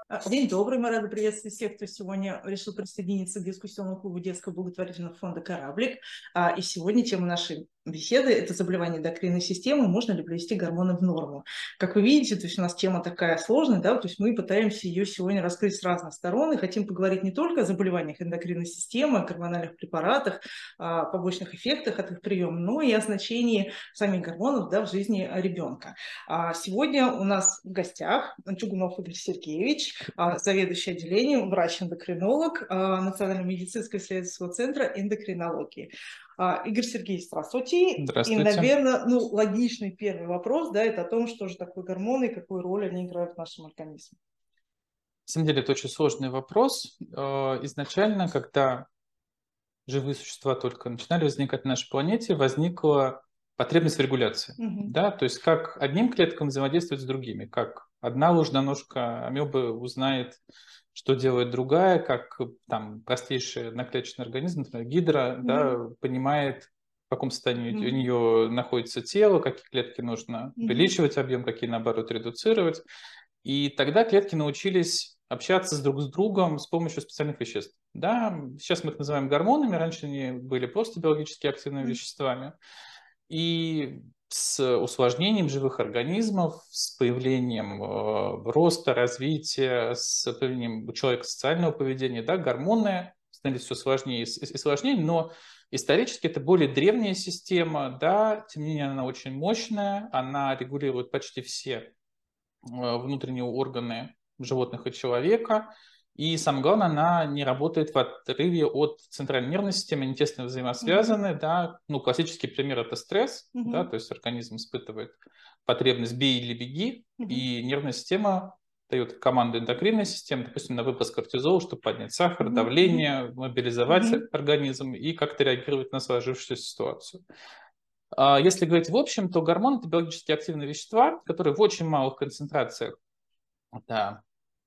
День добрый, мы рады приветствовать всех, кто сегодня решил присоединиться к дискуссионному клубу Детского благотворительного фонда «Кораблик». И сегодня тема нашей беседы – это заболевание эндокринной системы, можно ли привести гормоны в норму. Как вы видите, то есть у нас тема такая сложная, да, то есть мы пытаемся ее сегодня раскрыть с разных сторон и хотим поговорить не только о заболеваниях эндокринной системы, о гормональных препаратах, о побочных эффектах от их приема, но и о значении самих гормонов, да, в жизни ребенка. Сегодня у нас в гостях Чугунов Игорь Сергеевич, заведующий отделением, врач-эндокринолог Национального медицинского исследовательского центра эндокринологии. Игорь Сергеевич, здравствуйте. И, Здравствуйте. наверное, логичный первый вопрос, да, это о том, что же такое гормоны и какую роль они играют в нашем организме. На самом деле это очень сложный вопрос. Изначально, когда живые существа только начинали возникать на нашей планете, возникла потребность в регуляции. Да? То есть как одним клеткам взаимодействовать с другими, как одна ложноножка амебы узнает, что делает другая, как там простейший одноклеточный организм, например, гидра, да, понимает, в каком состоянии у нее находится тело, какие клетки нужно увеличивать объем, какие, наоборот, редуцировать. И тогда клетки научились общаться друг с другом с помощью специальных веществ. Да, сейчас мы их называем гормонами, раньше они были просто биологически активными веществами. И с усложнением живых организмов, с появлением роста, развития, с появлением у человека социального поведения, да, гормоны становились все сложнее и сложнее, но исторически это более древняя система, да, тем не менее она очень мощная, она регулирует почти все внутренние органы животных и человека. И самое главное, она не работает в отрыве от центральной нервной системы, они тесно взаимосвязаны. Да? Ну, классический пример – это стресс, да? То есть организм испытывает потребность «бей или беги», и нервная система дает команду эндокринной системе, допустим, на выпуск кортизола, чтобы поднять сахар, давление, мобилизовать организм и как-то реагировать на сложившуюся ситуацию. Если говорить в общем, то гормоны – это биологически активные вещества, которые в очень малых концентрациях, да,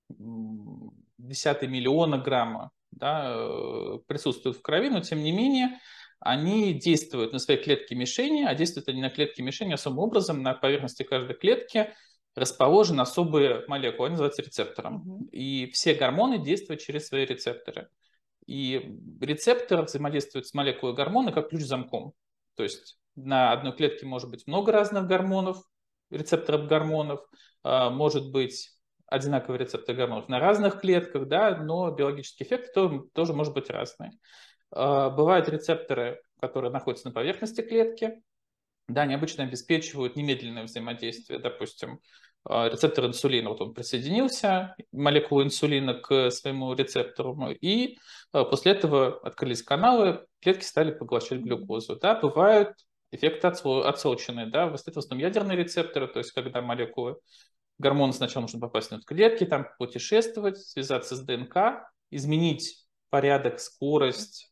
десятые миллиона грамма, да, присутствуют в крови, но тем не менее они действуют на свои клетки-мишени, а действуют они на клетки-мишени особым образом. На поверхности каждой клетки расположены особые молекулы, они называются рецептором. И все гормоны действуют через свои рецепторы. И рецептор взаимодействует с молекулой гормона как ключ-замком. То есть на одной клетке может быть много разных гормонов, рецепторов гормонов, может быть одинаковый рецептор гормонов на разных клетках, да, но биологический эффект тоже может быть разный. Бывают рецепторы, которые находятся на поверхности клетки, да, они обычно обеспечивают немедленное взаимодействие. Допустим, рецептор инсулина, вот он присоединился, молекула инсулина к своему рецептору, и после этого открылись каналы, клетки стали поглощать глюкозу. Да, бывают эффекты отсроченные, да, в основном ядерные рецепторы, то есть когда молекулы гормоны сначала нужно попасть в клетки, там путешествовать, связаться с ДНК, изменить порядок, скорость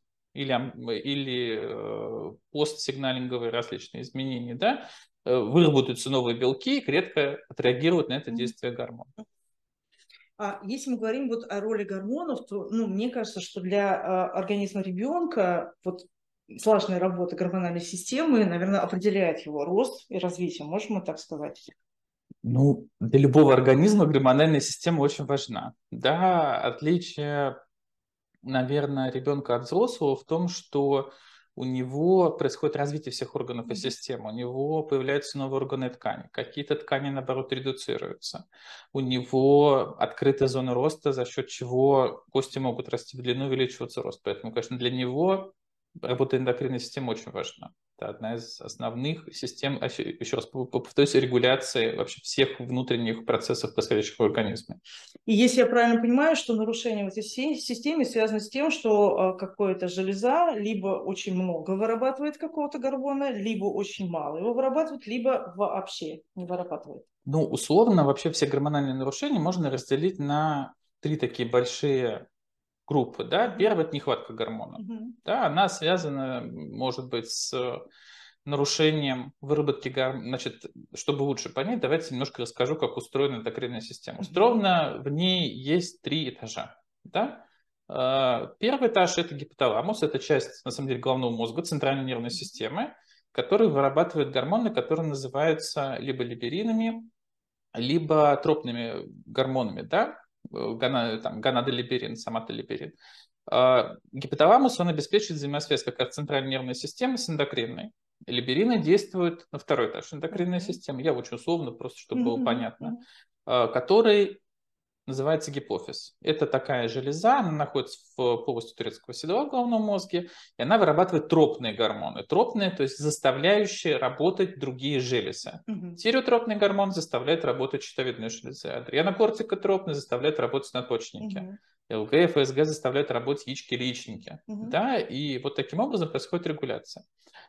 или постсигналинговые различные изменения, да, выработаются новые белки, и клетка отреагирует на это действие гормона. Если мы говорим вот о роли гормонов, то мне кажется, что для организма ребенка вот слаженная работа гормональной системы, наверное, определяет его рост и развитие, можем мы так сказать? Ну, для любого организма гормональная система очень важна. Да, отличие, наверное, ребенка от взрослого в том, что у него происходит развитие всех органов и систем, у него появляются новые органы и ткани, какие-то ткани, наоборот, редуцируются, у него открытая зона роста, за счет чего кости могут расти в длину, увеличиваться рост. Поэтому, конечно, для него работа эндокринной системы очень важна. Это одна из основных систем, еще раз повторюсь, регуляции вообще всех внутренних процессов, происходящих в организме. И если я правильно понимаю, что нарушение в этой системе связано с тем, что какая-то железа либо очень много вырабатывает какого-то гормона, либо очень мало его вырабатывает, либо вообще не вырабатывает. Ну, условно, вообще все гормональные нарушения можно разделить на три такие большие группы. Да? Первая – это нехватка гормона. Да, она связана, может быть, с нарушением выработки гормонов. Значит, чтобы лучше понять, давайте немножко расскажу, как устроена эндокринная система. Устроена в ней есть три этажа. Да? Первый этаж – это гипоталамус, это часть, на самом деле, головного мозга, центральной нервной системы, который вырабатывает гормоны, которые называются либо либеринами, либо тропными гормонами. Да? гонадолиберин, соматолиберин. Гипоталамус, он обеспечивает взаимосвязь как раз центральной нервной системы с эндокринной. Либерины действуют на второй этаж эндокринной системы, я очень условно, просто чтобы было понятно, который называется гипофиз. Это такая железа, она находится в полости турецкого седла в головном мозге, и она вырабатывает тропные гормоны. Тропные, то есть заставляющие работать другие железы. Тиреотропный гормон заставляет работать щитовидную железу. Адренокортикотропный заставляет работать надпочечники. ЛГ, ФСГ заставляют работать яички или яичники. Да, и вот таким образом происходит регуляция.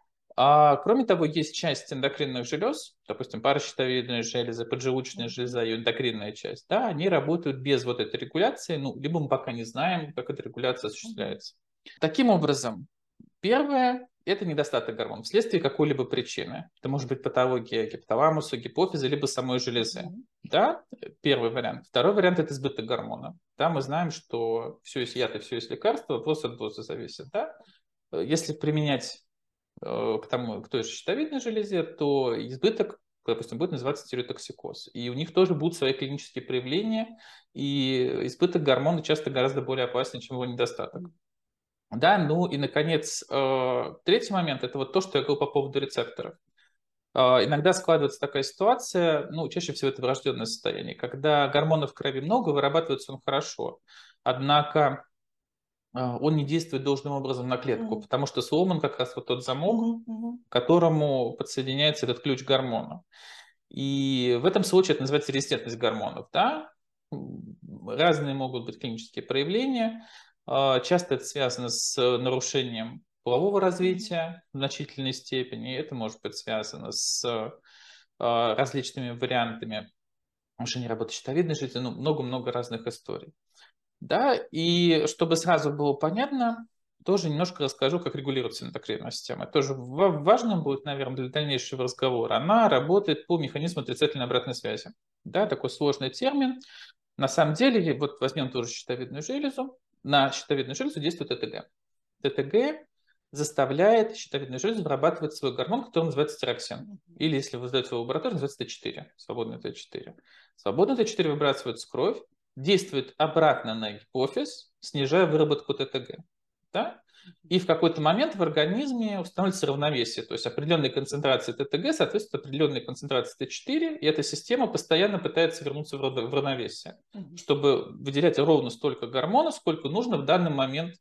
Кроме того, есть часть эндокринных желез, допустим, паращитовидная железа, поджелудочная железа и эндокринная часть, да, они работают без вот этой регуляции, либо мы пока не знаем, как эта регуляция осуществляется. Таким образом, первое – это недостаток гормонов вследствие какой-либо причины. Это может быть патология гипоталамуса, гипофиза, либо самой железы. Да, первый вариант. Второй вариант – это избыток гормона. Да, мы знаем, что все есть яд и все есть лекарство, вопрос от дозы зависит. Да? Если применять к той же щитовидной железе, то избыток, допустим, будет называться тиреотоксикоз. И у них тоже будут свои клинические проявления, и избыток гормона часто гораздо более опасен, чем его недостаток. Да, и, наконец, третий момент – это вот то, что я говорил по поводу рецепторов. Иногда складывается такая ситуация, чаще всего это врожденное состояние, когда гормонов в крови много, вырабатывается он хорошо, однако он не действует должным образом на клетку, потому что сломан как раз вот тот замок, к которому подсоединяется этот ключ гормона. И в этом случае это называется резистентность гормонов. Да? Разные могут быть клинические проявления. Часто это связано с нарушением полового развития в значительной степени. Это может быть связано с различными вариантами нарушения работы щитовидной железы. Много-много разных историй. Да, и чтобы сразу было понятно, тоже немножко расскажу, как регулируется эндокринная система. Это тоже важно будет, наверное, для дальнейшего разговора. Она работает по механизму отрицательной обратной связи. Да, такой сложный термин. На самом деле, вот возьмем тоже щитовидную железу. На щитовидную железу действует ТТГ. ТТГ заставляет щитовидную железу вырабатывать свой гормон, который называется тироксин. Или, если вы сдаете в лабораторию, называется Т4, свободный Т4. Свободный Т4 выбрасывается в кровь, действует обратно на гипофиз, снижая выработку ТТГ. Да? И в какой-то момент в организме устанавливается равновесие, то есть определенные концентрации ТТГ соответствуют определенной концентрации Т4, и эта система постоянно пытается вернуться в равновесие, чтобы выделять ровно столько гормона, сколько нужно в данный момент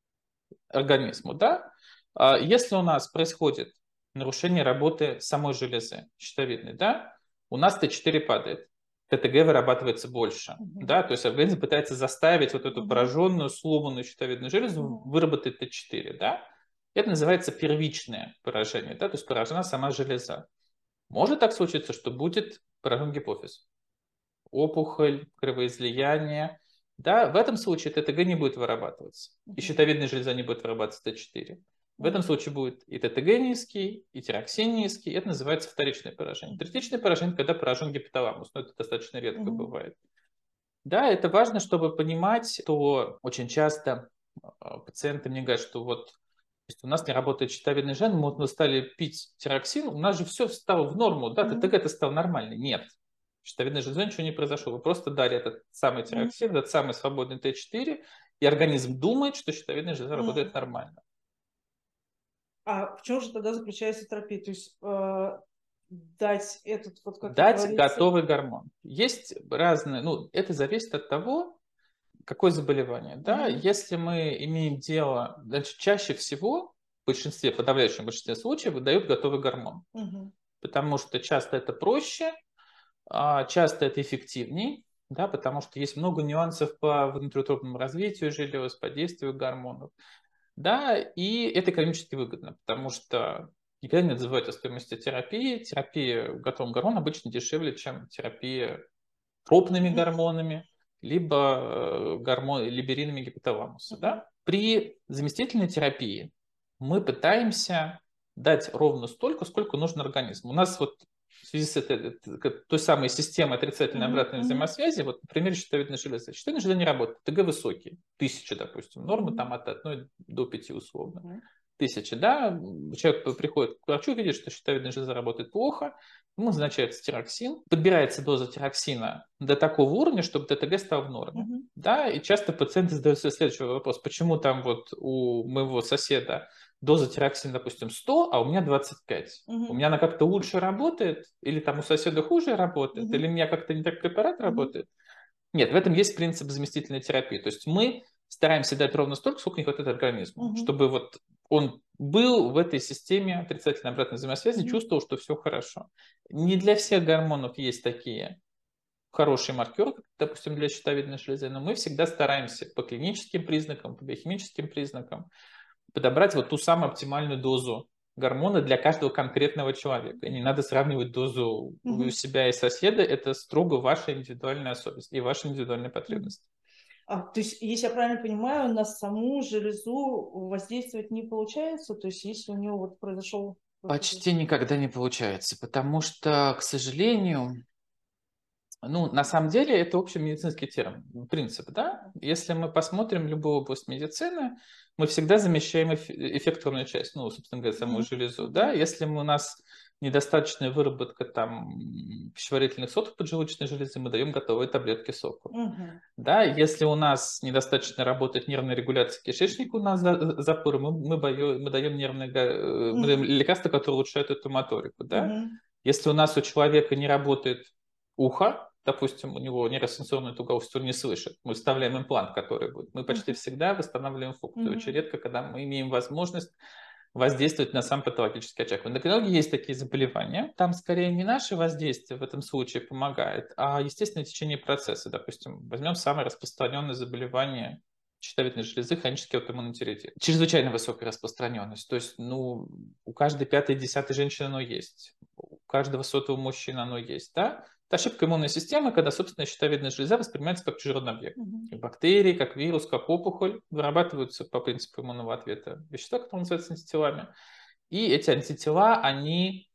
организму. Да? Если у нас происходит нарушение работы самой железы щитовидной, да, у нас Т4 падает. ТТГ вырабатывается больше. Да? То есть организм пытается заставить вот эту пораженную, сломанную щитовидную железу выработать Т4. Да? Это называется первичное поражение. Да? То есть поражена сама железа. Может так случиться, что будет поражен гипофиз. Опухоль, кровоизлияние. Да? В этом случае ТТГ не будет вырабатываться. И щитовидная железа не будет вырабатываться Т4. В этом случае будет и ТТГ низкий, и тироксин низкий. Это называется вторичное поражение. Третичное поражение, когда поражен гипоталамус. Но это достаточно редко бывает. Да, это важно, чтобы понимать, что очень часто пациенты мне говорят, что вот у нас не работает щитовидная железа, мы стали пить тироксин, у нас же все стало в норму, да, ТТГ это стало нормально. Нет. Щитовидная железа ничего не произошло. Вы просто дали этот самый тироксин, этот самый свободный Т4, и организм думает, что щитовидная железа работает нормально. А в чем же тогда заключается терапия? То есть дать этот, вот как дать готовый гормон. Есть разные, это зависит от того, какое заболевание. Да? Если мы имеем дело, значит, чаще всего, в большинстве, подавляющем большинстве случаев, выдают готовый гормон. Потому что часто это проще, часто это эффективней, да, потому что есть много нюансов по внутриутробному развитию желез, по действию гормонов. Да, и это экономически выгодно, потому что никогда не отзывают о стоимости терапии. Терапия готовым гормоном обычно дешевле, чем терапия тропными гормонами, либо либеринами гипоталамуса. Да? При заместительной терапии мы пытаемся дать ровно столько, сколько нужно организму. У нас вот в связи с той самой системой отрицательной обратной взаимосвязи, вот, например, щитовидная железа. Щитовидная железа не работает, ТГ высокий, 1000, допустим, нормы там от 1 до 5 условно. 1000, да, человек приходит к врачу, видит, что щитовидная железа работает плохо, ему назначается тироксин, подбирается доза тироксина до такого уровня, чтобы ТТГ стал в норме, да, и часто пациенты задают себе следующий вопрос, почему там вот у моего соседа доза тироксина, допустим, 100, а у меня 25. У меня она как-то лучше работает, или там у соседа хуже работает, или у меня как-то не так препарат работает. Нет, в этом есть принцип заместительной терапии. То есть мы стараемся дать ровно столько, сколько не хватает организму, чтобы вот он был в этой системе отрицательной обратной взаимосвязи, чувствовал, что все хорошо. Не для всех гормонов есть такие хорошие маркеры, как, допустим, для щитовидной железы, но мы всегда стараемся по клиническим признакам, по биохимическим признакам подобрать вот ту самую оптимальную дозу гормона для каждого конкретного человека. И не надо сравнивать дозу у себя и соседа, это строго ваша индивидуальная особенность и ваша индивидуальная потребность. То есть, если я правильно понимаю, на саму железу воздействовать не получается? То есть, если у нее вот произошел... Почти никогда не получается, потому что, к сожалению, ну, на самом деле, это общемедицинский термин, принцип, да? Если мы посмотрим любую область медицины, мы всегда замещаем эффекторную часть, ну, собственно говоря, саму железу, да? Если у нас недостаточная выработка там пищеварительных соков поджелудочной железы, мы даем готовые таблетки сока. Да? Если у нас недостаточно работает нервная регуляция кишечника, у нас запоры, мы даем лекарства, которые улучшают эту моторику, да? Если у нас у человека не работает ухо, допустим, у него нейросенсорная тугость, он не слышит, мы вставляем имплант, который будет. Мы почти всегда восстанавливаем функцию. Очень редко, когда мы имеем возможность воздействовать на сам патологический очаг. В эндокринологии есть такие заболевания. Там скорее не наше воздействие в этом случае помогает, а естественное течение процесса. Допустим, возьмем самое распространенное заболевание щитовидной железы, хронический аутоиммунный тиреоидит. Чрезвычайно высокая распространенность. То есть, ну, у каждой 5-10 женщины оно есть. У каждого 100-го мужчины оно есть, да? Это ошибка иммунной системы, когда, собственно, щитовидная железа воспринимается как чужеродный объект. Как бактерии, как вирус, как опухоль вырабатываются по принципу иммунного ответа вещества, которые называются антителами. И эти антитела, они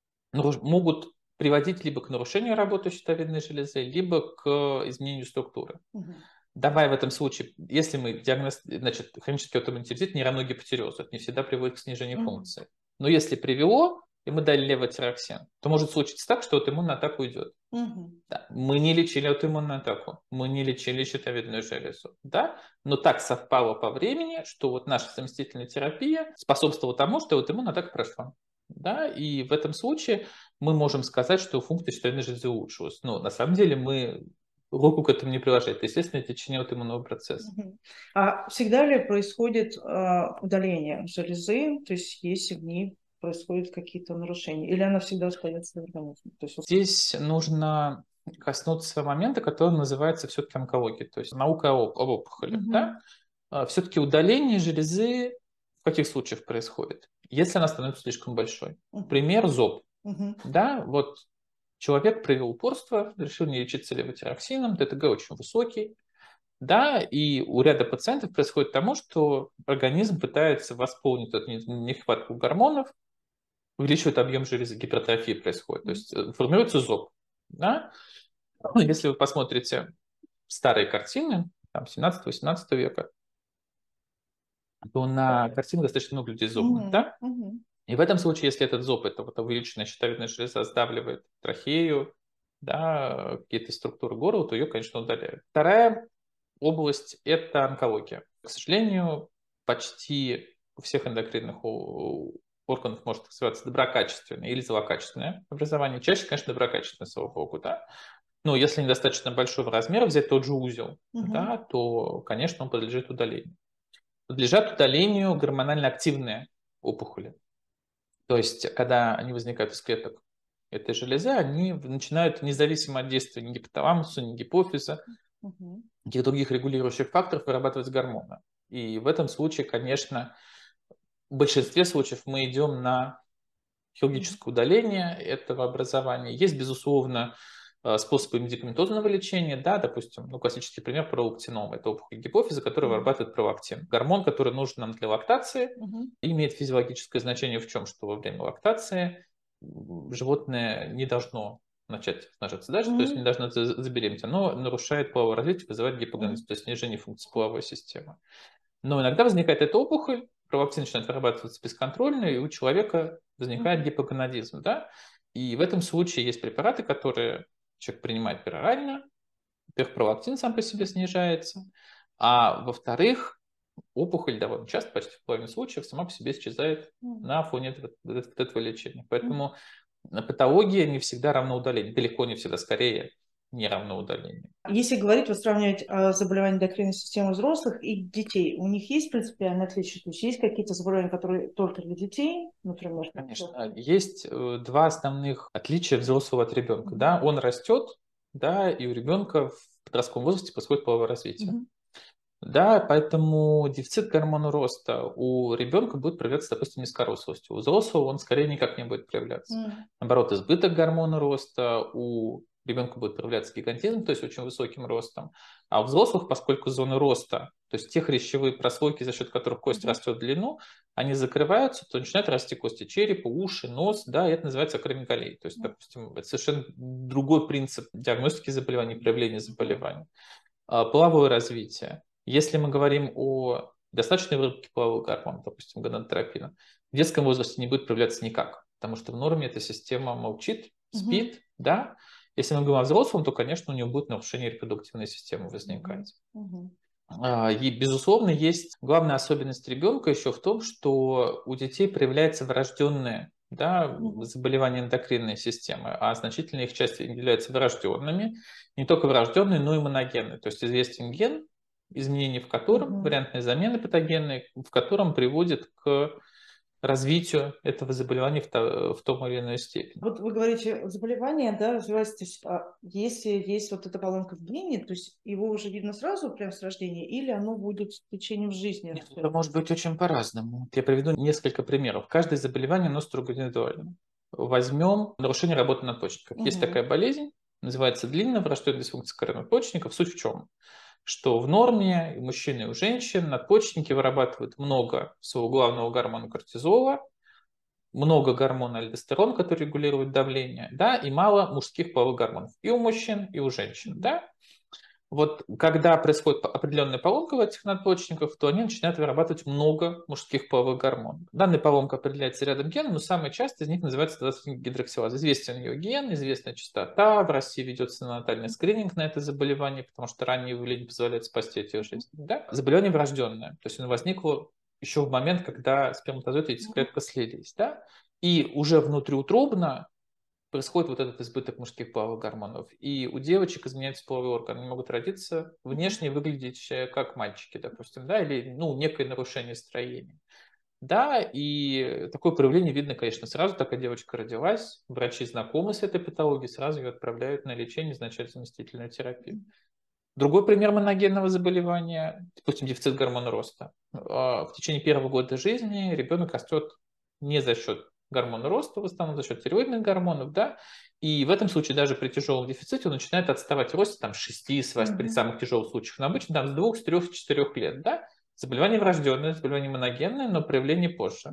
могут приводить либо к нарушению работы щитовидной железы, либо к изменению структуры. Давай в этом случае, если мы значит, хронический аутоиммунный тиреоидит не равно гипотереозу, это не всегда приводит к снижению функции. Но если привело, и мы дали левотироксин, то может случиться так, что аутоиммунная атака уйдет. Да. Мы не лечили аутоиммунную атаку, мы не лечили щитовидную железу, да? Но так совпало по времени, что вот наша заместительная терапия способствовала тому, что аутоиммунная атака прошла. Да? И в этом случае мы можем сказать, что функция щитовидной железы улучшилась. Но на самом деле мы руку к этому не приложить. Это естественное течение аутоиммунного процесса. А всегда ли происходит удаление железы, то есть если в ней происходят какие-то нарушения, или она всегда остается в организме? То есть... Здесь нужно коснуться момента, который называется все-таки онкологией, то есть наука об опухоли. Да? Все-таки удаление железы в каких случаях происходит? Если она становится слишком большой. Пример зоб. Да, вот человек проявил упорство, решил не лечиться левотироксином, ТТГ очень высокий. Да, и у ряда пациентов происходит тому, что организм пытается восполнить эту нехватку гормонов, увеличивает объем железы, гипертрофия происходит. То есть формируется зоб. Да? Ну, если вы посмотрите старые картины, там 17-18 века, то на картинах достаточно много людей зобных. Да? И в этом случае, если этот зоб, это вот увеличенная щитовидная железа, сдавливает трахею, да, какие-то структуры горла, то ее, конечно, удаляют. Вторая область – это онкология. К сожалению, почти у всех эндокринных органов может развиваться доброкачественное или злокачественное образование. Чаще, конечно, доброкачественное, слава богу, да. Но если недостаточно большого размера, взять тот же узел, да, то, конечно, он подлежит удалению. Подлежат удалению гормонально активные опухоли. То есть, когда они возникают из клеток этой железы, они начинают независимо от действия ни гипоталамуса, ни гипофиза, никаких других регулирующих факторов вырабатывать гормоны. И в этом случае, конечно, в большинстве случаев мы идем на хирургическое удаление этого образования. Есть, безусловно, способы медикаментозного лечения, да, допустим, классический пример пролактинома, это опухоль гипофиза, которая вырабатывает пролактин. Гормон, который нужен нам для лактации, имеет физиологическое значение в чем, что во время лактации животное не должно начать размножаться дальше, то есть не должно забеременеть, оно нарушает половое развитие, вызывает гипогонизм, то есть снижение функции половой системы. Но иногда возникает эта опухоль, пролактин начинает вырабатываться бесконтрольно, и у человека возникает гипоgonadism, да? И в этом случае есть препараты, которые человек принимает перорально. Во-первых, пролактин сам по себе снижается, а во-вторых, опухоль довольно часто, почти в половине случаев, сама по себе исчезает на фоне этого лечения. Поэтому патология не всегда равна удалению, далеко не всегда, скорее не равна удалению. Если говорить, вот сравнивать заболевания эндокринной системы взрослых и детей, у них есть принципиальное отличие? То есть есть какие-то заболевания, которые только для детей, например? Конечно. Есть два основных отличия взрослого от ребенка. Да? Он растет, да, и у ребенка в подростковом возрасте происходит половое развитие. Да, поэтому дефицит гормона роста у ребенка будет проявляться, допустим, низкорослостью. У взрослого он скорее никак не будет проявляться. Наоборот, избыток гормона роста у ребенка будет проявляться гигантизм, то есть очень высоким ростом. А у взрослых, поскольку зоны роста, то есть те хрящевые прослойки, за счет которых кость растет в длину, они закрываются, то начинают расти кости черепа, уши, нос, да, и это называется акромегалия. То есть, допустим, это совершенно другой принцип диагностики заболеваний, проявления заболеваний. Половое развитие. Если мы говорим о достаточной выработке половых гормонов, допустим, гонадотропина, в детском возрасте не будет проявляться никак, потому что в норме эта система молчит, спит, да. Если мы говорим о взрослом, то, конечно, у него будет нарушение репродуктивной системы возникать. И, безусловно, есть главная особенность ребенка еще в том, что у детей проявляется врожденное, да, заболевание эндокринной системы, а значительная их часть являются врожденными, не только врожденные, но и моногенные. То есть известен ген, изменения в котором, вариантные замены патогенные, в котором приводит к развитию этого заболевания в том или иной степени. Вот вы говорите, заболевание, да, развивается, то есть, если есть вот эта поломка в гене, то есть его уже видно сразу прямо с рождения, или оно будет с течением жизни? Нет, это может быть очень по-разному. Я приведу несколько примеров. Каждое заболевание, оно строго индивидуально. Возьмем нарушение работы надпочечников. Есть такая болезнь, называется длинная врожденная дисфункция коры надпочечников. Суть в чем? Что в норме и у мужчин, и у женщин надпочечники вырабатывают много своего главного гормона кортизола, много гормона альдостерона, который регулирует давление, да, и мало мужских половых гормонов и у мужчин, и у женщин, да. Вот когда происходит определенная поломка в этих надпочечниках, то они начинают вырабатывать много мужских половых гормонов. Данная поломка определяется рядом геном, но самый часто из них называется гидроксилаза. Известен ее ген, известная частота. В России ведется неонатальный скрининг на это заболевание, потому что раннее выявление позволяет спасти от ее жизнь. Да? Заболевание врожденное, то есть оно возникло еще в момент, когда сперматозоид и яйцеклетка слились. Да? И уже внутриутробно происходит вот этот избыток мужских половых гормонов. И у девочек изменяются половые органы. Они могут родиться внешне выглядеть как мальчики, допустим, да, или некое нарушение строения. Да, и такое проявление видно, конечно, сразу. Такая девочка родилась, врачи знакомы с этой патологией, сразу ее отправляют на лечение, назначают заместительную терапию. Другой пример моногенного заболевания, допустим, дефицит гормона роста. В течение первого года жизни ребенок растет не за счет гормона роста, в основном за счет тиреоидных гормонов, да, и в этом случае даже при тяжелом дефиците он начинает отставать в росте там, 6-8 при самых тяжелых случаях, но обычно там, с 2, с 3, с 4 лет, да. Заболевание врожденное, заболевание моногенное, но проявление позже.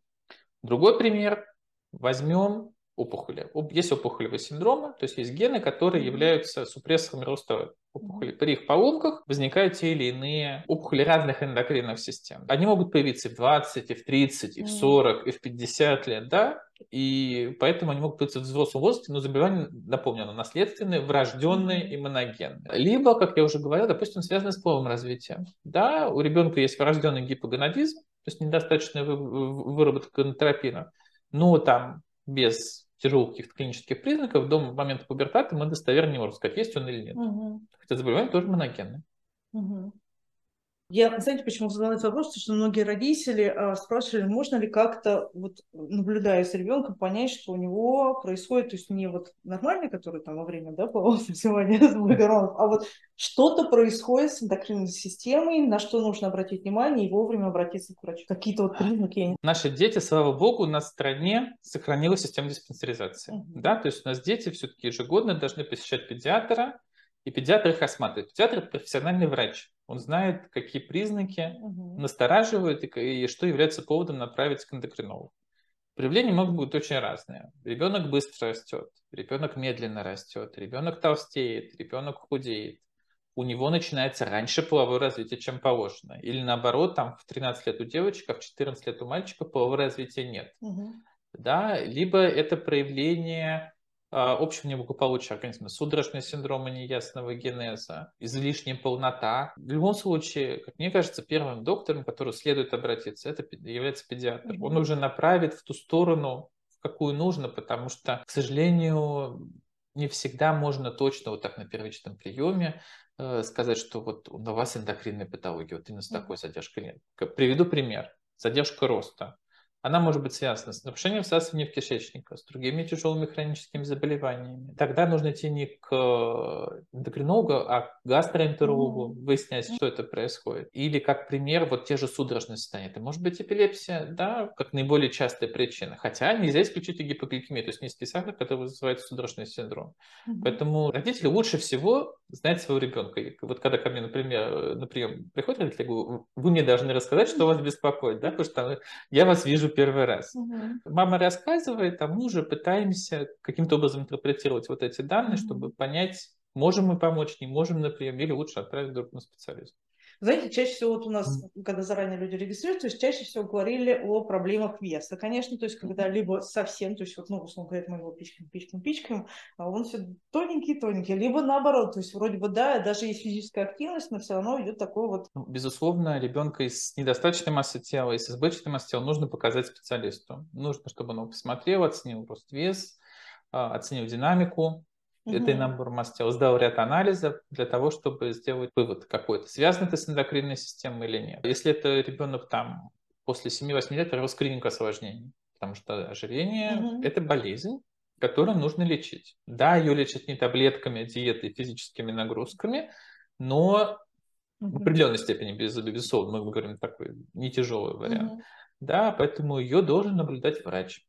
Другой пример. Возьмем опухоли. Есть опухолевые синдромы, то есть есть гены, которые являются супрессорами роста опухолей. При их поломках возникают те или иные опухоли разных эндокринных систем. Они могут появиться и в 20, и в 30, и в 40, и в 50 лет, да, и поэтому они могут появиться в взрослом возрасте, но заболевания, напомню, оно наследственные, врожденные и моногенные. Либо, как я уже говорил, допустим, связаны с половым развитием. Да, у ребенка есть врожденный гипоgonadism, то есть недостаточная выработка гонадотропина, но там без тяжелых каких-то клинических признаков до момента пубертата мы достоверно не можем сказать, есть он или нет. Хотя заболевание тоже моногенное. Я, знаете, почему задала этот вопрос? Потому что многие родители спрашивали, можно ли как-то, вот, наблюдая с ребенком, понять, что у него происходит, то есть не вот нормальный, который там во время, да, полового созревания гормонов, а вот что-то происходит с эндокринной системой, на что нужно обратить внимание и вовремя обратиться к врачу. Какие-то вот признаки. Наши дети, слава богу, у нас в стране сохранилась система диспансеризации. Да? То есть у нас дети все-таки ежегодно должны посещать педиатра, и педиатр их осматривает. Педиатр – это профессиональный врач. Он знает, какие признаки настораживают и что является поводом направить к эндокринологу. Проявления могут быть очень разные. Ребенок быстро растет, ребенок медленно растет, ребенок толстеет, ребенок худеет. у него начинается раньше половое развитие, чем положено. Или наоборот, там в 13 лет у девочек, а в 14 лет у мальчика полового развития нет. Да? Либо это проявление общего неблагополучия организма, судорожные синдромы неясного генеза, излишняя полнота. В любом случае, как мне кажется, первым доктором, к которому следует обратиться, это является педиатр. Он уже направит в ту сторону, в какую нужно, потому что, к сожалению, не всегда можно точно вот так на первичном приеме сказать, что вот у вас эндокринная патология, вот именно с такой задержкой нет. Приведу пример. Задержка роста. Она может быть связана с нарушением всасывания в кишечнике, с другими тяжелыми хроническими заболеваниями. Тогда нужно идти не к эндокринологу, а к гастроэнтерологу, выяснять, что это происходит. Или, как пример, вот те же судорожные состояния. Это может быть эпилепсия, да, как наиболее частая причина. Хотя нельзя исключить и гипогликемию, то есть низкий сахар, который вызывает судорожный синдром. Поэтому родители лучше всего знать своего ребенка. И вот когда ко мне, например, на прием приходят родители, я говорю, вы мне должны рассказать, что вас беспокоит, да, потому что я вас вижу первый раз. Мама рассказывает, а мы уже пытаемся каким-то образом интерпретировать вот эти данные, чтобы понять, можем мы помочь, не можем на прием, или лучше отправить к другому специалисту. Знаете, чаще всего вот у нас, когда заранее люди регистрируются, то есть чаще всего говорили о проблемах веса, конечно, то есть когда либо совсем, то есть вот, ну, условно говоря, мы его пичкаем, а он все тоненький, либо наоборот, то есть вроде бы, да, даже есть физическая активность, но все равно идет такой вот... Безусловно, ребенка с недостаточной массой тела и с избыточной массой тела нужно показать специалисту. Нужно, чтобы он его посмотрел, оценил рост-вес, оценил динамику этой набора масс тела, сдал ряд анализов для того, чтобы сделать вывод какой-то, связан это с эндокринной системой или нет. Если это ребенок там после 7-8 лет провел скрининг осложнений, потому что ожирение это болезнь, которую нужно лечить. Да, ее лечат не таблетками, диетой, физическими нагрузками, но в определенной степени, безусловно, мы говорим такой не тяжелый вариант. Да, поэтому ее должен наблюдать врач.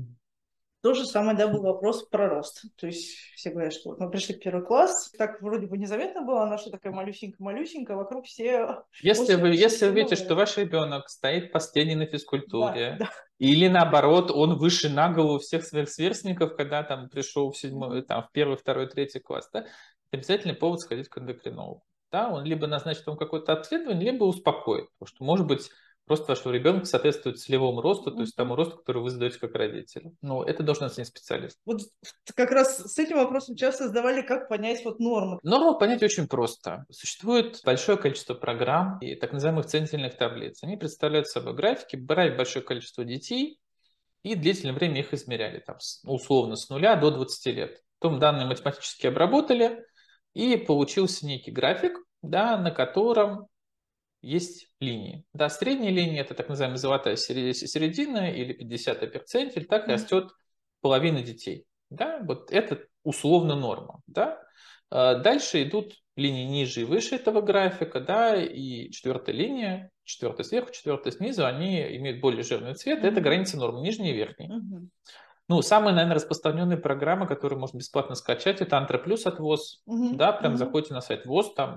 То же самое, да, был вопрос про рост. То есть все говорят, что вот мы пришли в первый класс, так вроде бы незаметно было, она что такая малюсенькая, вокруг все... Если вы видите, что ваш ребенок стоит последний на физкультуре, или наоборот, он выше на голову всех своих сверстников, когда там пришел в 7, там, в 1, 2, 3 класс, да, это обязательно повод сходить к эндокринологу. Да, он либо назначит вам какое-то обследование, либо успокоит. Потому что, может быть, просто вашего ребенка соответствует целевому росту, то есть тому росту, который вы задаете как родители. Но это должен оценить специалист. Вот как раз с этим вопросом часто задавали, как понять вот норму. Норму понять очень просто. Существует большое количество программ и так называемых центильных таблиц. Они представляют собой графики, брали большое количество детей и длительное время их измеряли, там, условно с 0 до 20 лет. Потом данные математически обработали, и получился некий график, да, на котором есть линии. Да, средняя линия – это так называемая золотая середина или 50-й перцентиль, так и растет половина детей. Да, вот это условно норма. Да. Дальше идут линии ниже и выше этого графика, да, и четвертая линия, четвертая сверху, четвертая снизу, они имеют более жирный цвет, это граница нормы, нижняя и верхняя. Ну, самая, наверное, распространенная программа, которую можно бесплатно скачать, это Антра Плюс от ВОЗ. Да, прям заходите на сайт ВОЗ, там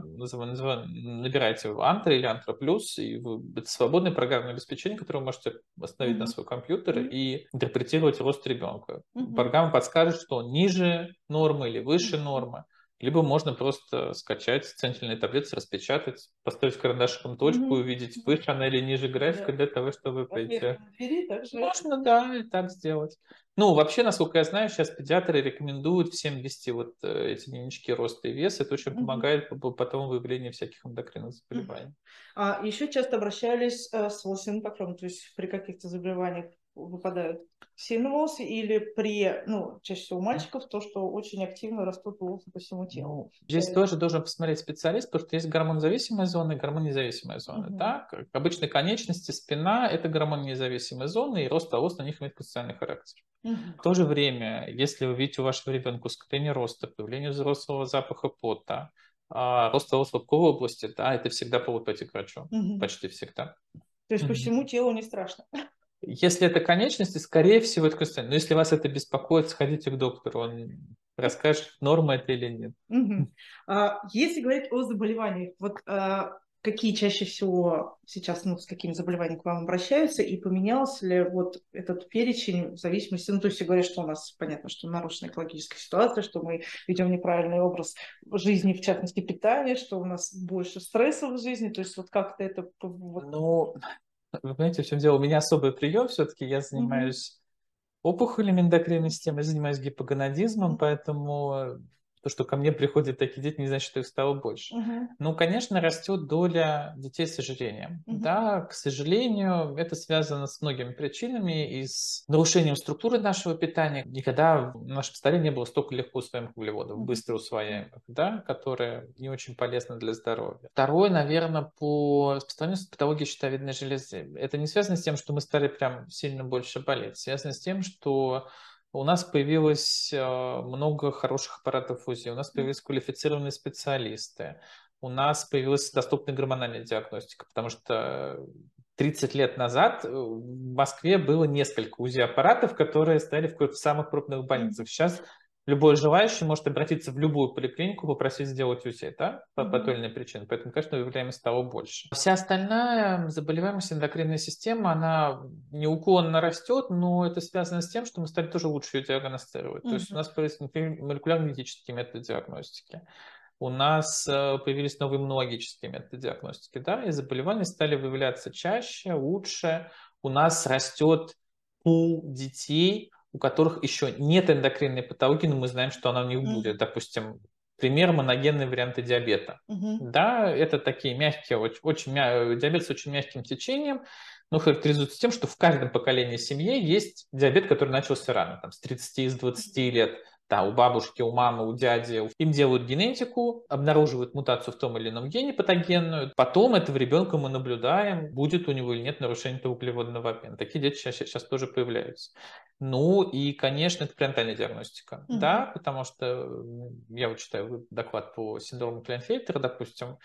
набираете Антра или Антра Плюс, и это свободное программное обеспечение, которое вы можете установить на свой компьютер и интерпретировать рост ребенка. Программа подскажет, что он ниже нормы или выше нормы. Либо можно просто скачать центильные таблицы, распечатать, поставить карандашиком точку, увидеть, выше она или ниже графика для того, чтобы пойти. Можно, да, и так сделать. Ну, вообще, насколько я знаю, сейчас педиатры рекомендуют всем вести вот эти дневнички роста и веса. Это очень помогает потом выявлению всяких эндокринных заболеваний. А еще часто обращались с волосяным покровом, то есть при каких-то заболеваниях выпадают сильные волосы, или при, ну, чаще всего у мальчиков, то, что очень активно растут волосы по всему телу. Здесь тоже должен посмотреть специалист, потому что есть гормонозависимая зона и гормоннезависимая зона. Да? Обычно конечности, спина – это гормононезависимые зоны, и рост волос на них имеет конституционный характер. В то же время, если вы видите у вашего ребенка ускорение роста, появление взрослого запаха пота, рост волос в лобковой области, да, это всегда повод пойти к врачу. Почти всегда. То есть по всему телу не страшно? Если это конечности, скорее всего, это конституционно. Но если вас это беспокоит, сходите к доктору, он расскажет, норма это или нет. Если говорить о заболеваниях, вот какие чаще всего сейчас, с какими заболеваниями к вам обращаются, и поменялся ли вот этот перечень в зависимости, то есть все говорят, что у нас, понятно, что нарушена экологическая ситуация, что мы ведем неправильный образ жизни, в частности, питания, что у нас больше стрессов в жизни, то есть вот как-то это... Ну, вы понимаете, в чем дело? У меня особый прием все-таки, я занимаюсь опухолями эндокринной системы, я занимаюсь гипоgonадизмом, поэтому то, что ко мне приходят такие дети, не значит, что их стало больше. Ну, конечно, растет доля детей с ожирением. Да, к сожалению, это связано с многими причинами и с нарушением структуры нашего питания. Никогда в нашем столе не было столько легко усвояемых углеводов, быстро усвояемых, да, которые не очень полезны для здоровья. Второе, наверное, по распространению патологии щитовидной железы. Это не связано с тем, что мы стали прям сильно больше болеть. Связано с тем, что у нас появилось много хороших аппаратов УЗИ, у нас появились квалифицированные специалисты, у нас появилась доступная гормональная диагностика, потому что 30 лет назад в Москве было несколько УЗИ-аппаратов, которые стояли в самых крупных больницах. Сейчас любой желающий может обратиться в любую поликлинику, попросить сделать УЗИ, да, по той или иной причине. Поэтому, конечно, выявляемость стала больше. Вся остальная заболеваемость эндокринной системы, она неуклонно растет, но это связано с тем, что мы стали тоже лучше ее диагностировать. То есть у нас появились, например, молекулярно-генетические методы диагностики. У нас появились новые иммунологические методы диагностики, да, и заболевания стали выявляться чаще, лучше. У нас растет пул детей, у которых еще нет эндокринной патологии, но мы знаем, что она у них будет. Допустим, пример моногенные варианты диабета. Да, это такие мягкие, диабет с очень мягким течением, но характеризуется тем, что в каждом поколении семьи есть диабет, который начался рано, там, с 30, с 20 лет. Да, у бабушки, у мамы, у дяди. Им делают генетику, обнаруживают мутацию в том или ином гене патогенную. Потом этого ребенка мы наблюдаем, будет у него или нет нарушения углеводного обмена. Такие дети сейчас тоже появляются. Ну и, конечно, это пренатальная диагностика. Да, потому что я вот читаю доклад по синдрому Клейнфельтера, допустим,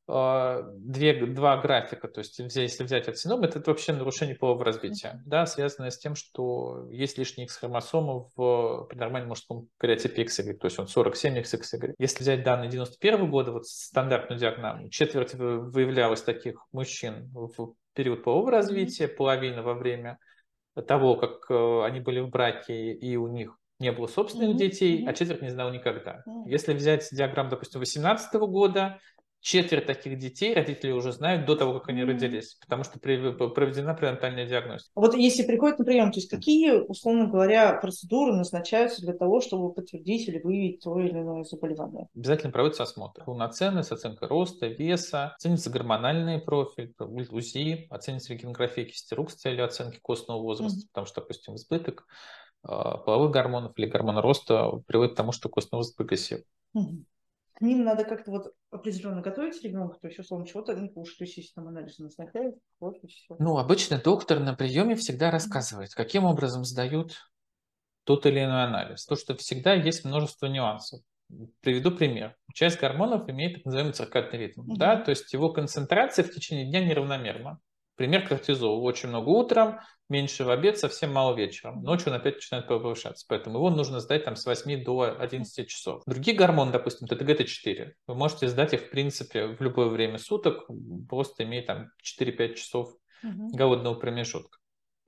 два графика, то есть если взять этот синдром, это вообще нарушение полового развития, да, связанное с тем, что есть лишний X-хромосома при нормальном мужском кариотипе XY, то есть он 47 XXY. Если взять данные 91 года, вот стандартную диаграмму, четверть выявлялось таких мужчин в период полового развития, половина во время того, как они были в браке и у них не было собственных детей, а четверть не знала никогда. Если взять диаграмму, допустим, 2018 года, четверть таких детей родители уже знают до того, как они родились, потому что проведена пренатальная диагностика. Вот если приходят на прием, то есть какие, условно говоря, процедуры назначаются для того, чтобы подтвердить или выявить то или иное заболевание? Обязательно проводится осмотр. Полноценный, с оценкой роста, веса, оценится гормональный профиль, УЗИ, оценится рентгенография кисти рук с целью оценки костного возраста, потому что, допустим, избыток половых гормонов или гормона роста приводит к тому, что костный возраст прогрессирует. К ним надо как-то вот определенно готовить ребенка, то есть, условно, чего-то не кушать, то есть, если там анализы назначают, вот и все. Ну, обычно доктор на приеме всегда рассказывает, каким образом сдают тот или иной анализ. То, что всегда есть множество нюансов. Приведу пример. Часть гормонов имеет так называемый циркадный ритм, да, то есть его концентрация в течение дня неравномерна. Пример кортизол. Очень много утром, меньше в обед, совсем мало вечером. Ночью он опять начинает повышаться. Поэтому его нужно сдать там, с 8 до 11 часов. Другие гормоны, допустим, ТТГ-Т4, вы можете сдать их, в принципе, в любое время суток, просто имея там 4-5 часов голодного промежутка.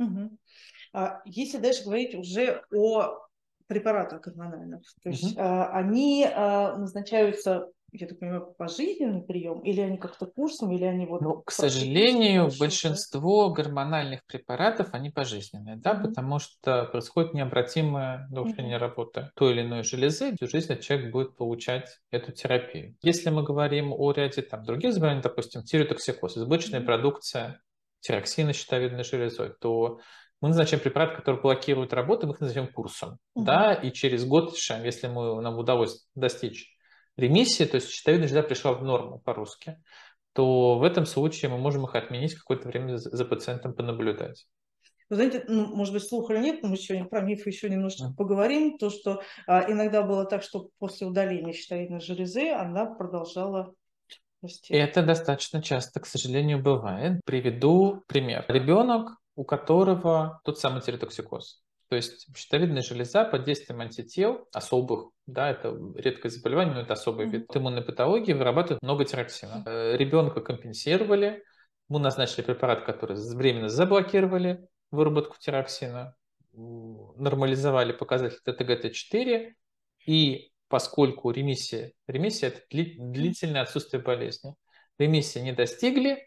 Если дальше говорить уже о препаратах гормональных, то есть они назначаются, я так понимаю, пожизненный прием, или они как-то курсом, или они вот... Ну, к сожалению, большинство гормональных препаратов, они пожизненные, да, потому что происходит необратимое нарушение работы той или иной железы, всю жизнь человек будет получать эту терапию. Если мы говорим о ряде там, других заболеваний, допустим, тиреотоксикоз, избыточная продукция тироксина щитовидной железой, то мы назначаем препарат, который блокирует работу, мы их назовем курсом, да, и через год, если нам удалось достичь ремиссии, то есть щитовидная железа пришла в норму по-русски, то в этом случае мы можем их отменить, какое-то время за пациентом понаблюдать. Вы знаете, может быть, слух или нет, но мы сегодня про мифы еще немножечко поговорим. То, что иногда было так, что после удаления щитовидной железы она продолжала расти. Это достаточно часто, к сожалению, бывает. Приведу пример. Ребенок, у которого тот самый тиреотоксикоз. То есть щитовидная железа под действием антител особых, да, это редкое заболевание, но это особый вид иммунной патологии, вырабатывают много тироксина. Ребенка компенсировали, ему назначили препарат, который временно заблокировали выработку тироксина, нормализовали показатель ТТГ-Т4, и поскольку ремиссия это длительное отсутствие болезни, ремиссии не достигли,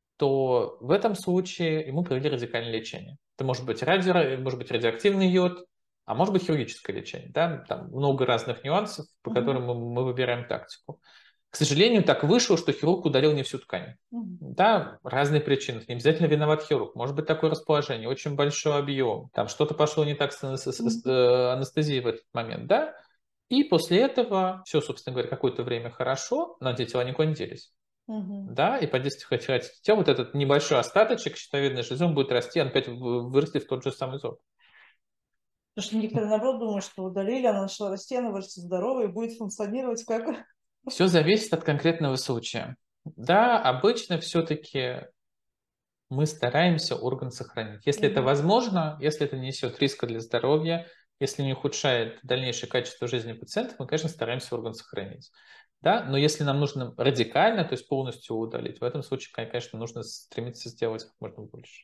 то в этом случае ему провели радикальное лечение. Это может быть радиоактивный йод, а может быть хирургическое лечение. Да? Там много разных нюансов, по которым мы выбираем тактику. К сожалению, так вышло, что хирург удалил не всю ткань. Да, разные причины. Не обязательно виноват хирург. Может быть такое расположение, очень большой объем. Там что-то пошло не так с анестезией в этот момент. Да? И после этого все, собственно говоря, какое-то время хорошо, но антитела никуда не делись. Да, и под действием антител вот этот небольшой остаточек щитовидной железы, он будет расти, он опять вырастет в тот же самый зоб. Потому что некоторые, наоборот, думают, что удалили, она начала расти, она вырастет здоровой и будет функционировать как... Все зависит от конкретного случая. Да, обычно все-таки мы стараемся орган сохранить. Если это возможно, если это несет риска для здоровья, если не ухудшает дальнейшее качество жизни пациента, мы, конечно, стараемся орган сохранить. Да? Но если нам нужно радикально, то есть полностью удалить, в этом случае, конечно, нужно стремиться сделать как можно больше.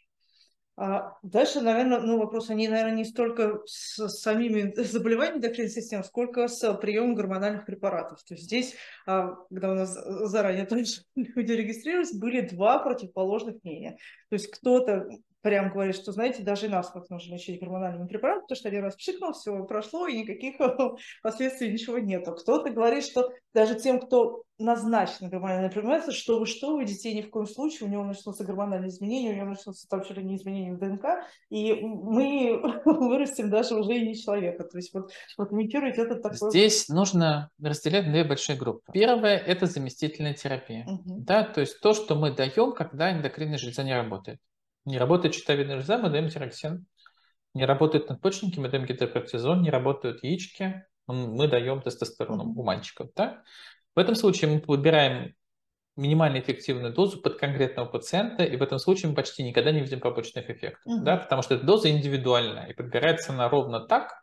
Дальше, наверное, вопрос, они, наверное, не столько с самими заболеваниями эндокринной системы, сколько с приемом гормональных препаратов. То есть здесь, когда у нас заранее тоже люди регистрировались, были два противоположных мнения. То есть кто-то прям говорит, что, знаете, даже нас как нужно лечить гормональными препаратами, потому что один раз пшикнул, все прошло, и никаких последствий ничего нету. Кто-то говорит, что даже тем, кто назначен гормональные препараты, что вы, детей ни в коем случае, у него начнутся гормональные изменения, у него начнутся там чуть ли не изменения в ДНК, и мы вырастем даже уже и не человека. То есть вот комментируйте это такое. Здесь нужно разделять на две большие группы. Первое – это заместительная терапия. Да, то есть то, что мы даем, когда эндокринная железа не работает. Не работает щитовидная железа, мы даем тироксин. Не работают надпочечники, мы даем гидрокортизон. Не работают яички, мы даем тестостерон у мальчиков. Да? В этом случае мы выбираем минимально эффективную дозу под конкретного пациента, и в этом случае мы почти никогда не видим побочных эффектов. Да? Потому что эта доза индивидуальная, и подбирается она ровно так,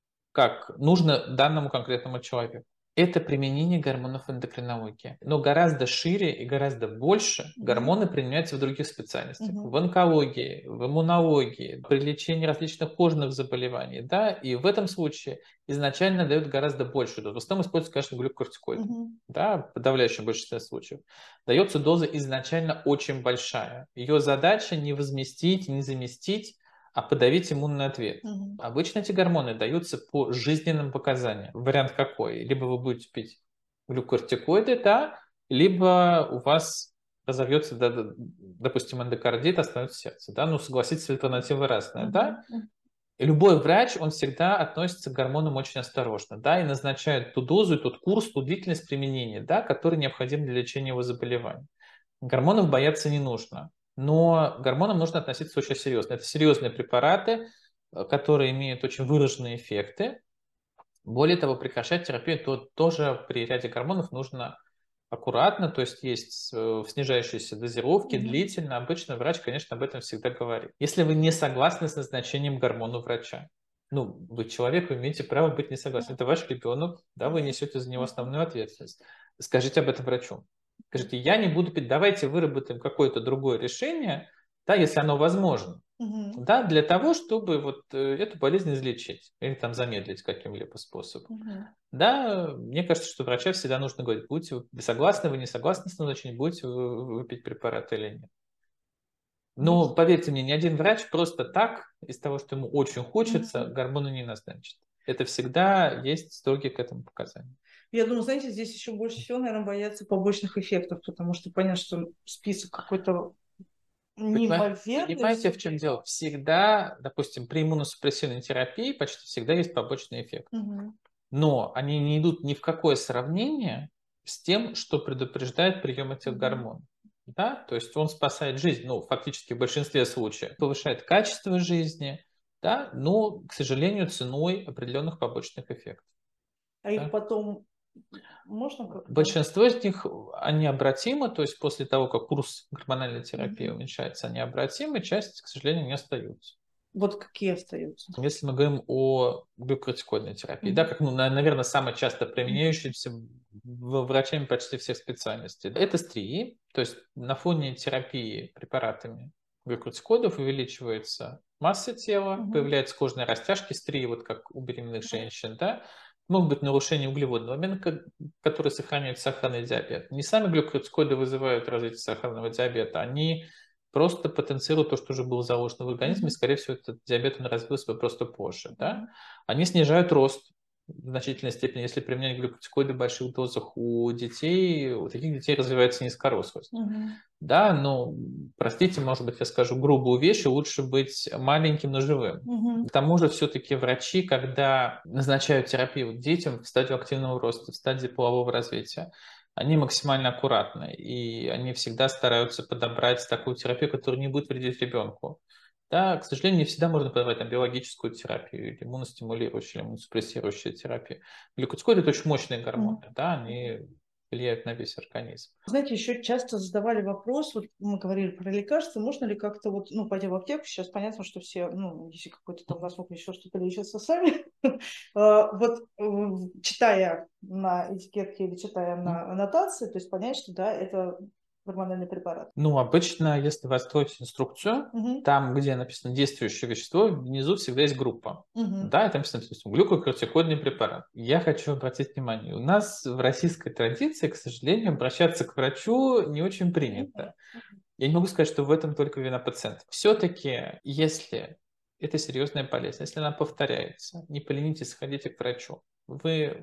как нужно данному конкретному человеку. Это применение гормонов в эндокринологии. Но гораздо шире и гораздо больше гормоны применяются в других специальностях. В онкологии, в иммунологии, при лечении различных кожных заболеваний. Да? И в этом случае изначально дают гораздо большую дозу. В основном используется, конечно, глюкокортикоиды. Да, в подавляющем большинстве случаев. Дается доза изначально очень большая. Ее задача не возместить, не заместить, а подавить иммунный ответ. Обычно эти гормоны даются по жизненным показаниям. Вариант какой? Либо вы будете пить глюкокортикоиды, да, либо у вас разовьется, допустим, эндокардит, остановится сердце. Да? Ну, согласитесь, альтернативы разные. Да? И любой врач, он всегда относится к гормонам очень осторожно, да, и назначает ту дозу, тот курс, ту длительность применения, да, который необходим для лечения его заболеваний. Гормонов бояться не нужно. Но к гормонам нужно относиться очень серьезно. Это серьезные препараты, которые имеют очень выраженные эффекты. Более того, прекращать терапию тоже при ряде гормонов нужно аккуратно, то есть снижающиеся дозировки, длительно. Обычно врач, конечно, об этом всегда говорит. Если вы не согласны с назначением гормона врача, вы человек, вы имеете право быть не согласны. Это ваш ребенок, да, вы несете за него основную ответственность. Скажите об этом врачу. Скажите, я не буду пить, давайте выработаем какое-то другое решение, да, если оно возможно, да, для того, чтобы эту болезнь излечить или там замедлить каким-либо способом. Да, мне кажется, что врача всегда нужно говорить, будете вы согласны, вы не согласны с назначением, будете вы пить препараты или нет. Но поверьте мне, ни один врач просто так, из того, что ему очень хочется, гормоны не назначит. Это всегда есть строгие к этому показания. Я думаю, знаете, здесь еще больше всего, наверное, боятся побочных эффектов, потому что понятно, что список какой-то неимоверный. Понимаете, в чем дело? Всегда, допустим, при иммуносупрессивной терапии почти всегда есть побочный эффект. Но они не идут ни в какое сравнение с тем, что предупреждает прием этих гормонов. Да? То есть он спасает жизнь, фактически в большинстве случаев, повышает качество жизни, да? Но, к сожалению, ценой определенных побочных эффектов. Их потом можно как-то? Большинство из них, они обратимы, то есть после того, как курс гормональной терапии уменьшается, они обратимы, часть, к сожалению, не остаются. Вот какие остаются? Если мы говорим о глюкокортикоидной терапии, да, как, наверное, самое часто применяющееся врачами почти всех специальностей, это стрии, то есть на фоне терапии препаратами глюкокортикоидов увеличивается масса тела, появляются кожные растяжки стрии, вот как у беременных женщин, да, могут быть нарушения углеводного обмена, которые сохраняют сахарный диабет. Не сами глюкокортикоиды вызывают развитие сахарного диабета, они просто потенцируют то, что уже было заложено в организме, и, скорее всего, этот диабет он развился бы просто позже. Да? Они снижают рост в значительной степени, если применять глюкокортикоиды в больших дозах у детей, у таких детей развивается низкорослость. Да, ну, простите, может быть, я скажу грубую вещь, лучше быть маленьким, но живым. К тому же все-таки врачи, когда назначают терапию детям в стадии активного роста, в стадии полового развития, они максимально аккуратны, и они всегда стараются подобрать такую терапию, которая не будет вредить ребенку. Да, к сожалению, не всегда можно подавать там, биологическую терапию, или иммуностимулирующую, или иммуносупрессирующую терапию. Глюкокортикоиды – это очень мощные гормоны, да, они влияют на весь организм. Знаете, еще часто задавали вопрос, вот мы говорили про лекарства, можно ли как-то вот, ну, пойти в аптеку, сейчас понятно, что все, ну, если какой-то там засух, еще что-то лечатся сами. Вот читая на этикетке или читая на аннотации, то есть понять, что да, это гормональный препарат. Ну, обычно, если вы откроете инструкцию, там, где написано действующее вещество, внизу всегда есть группа. Да, и там написано, глюкокортикоидный препарат. Я хочу обратить внимание, у нас в российской традиции, к сожалению, обращаться к врачу не очень принято. Я не могу сказать, что в этом только вина пациента. Все-таки, если это серьезная болезнь, если она повторяется, не поленитесь, сходите к врачу. Вы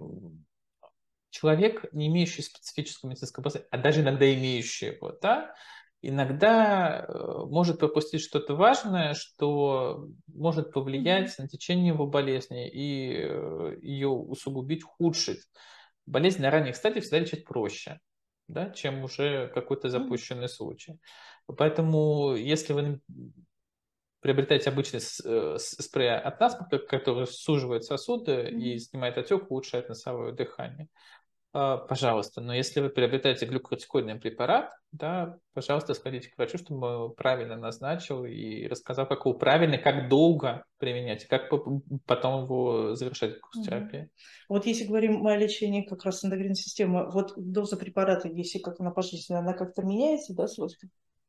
человек, не имеющий специфического медицинского образования, а даже иногда имеющий его, да, иногда может пропустить что-то важное, что может повлиять на течение его болезни и ее усугубить, ухудшить. Болезнь на ранних стадиях всегда лечить проще, да, чем уже какой-то запущенный случай. Поэтому, если вы приобретаете обычный спрей от насморка, который суживает сосуды и снимает отек, улучшает носовое дыхание, пожалуйста. Но если вы приобретаете глюкокортикоидный препарат, да, пожалуйста, сходите к врачу, чтобы он правильно назначил и рассказал, как его правильно, как долго применять, и как потом его завершать курс терапии. Вот если говорим о лечении как раз эндокринной системы, вот доза препарата, если как она пожизненная, она как-то меняется, да, свойства?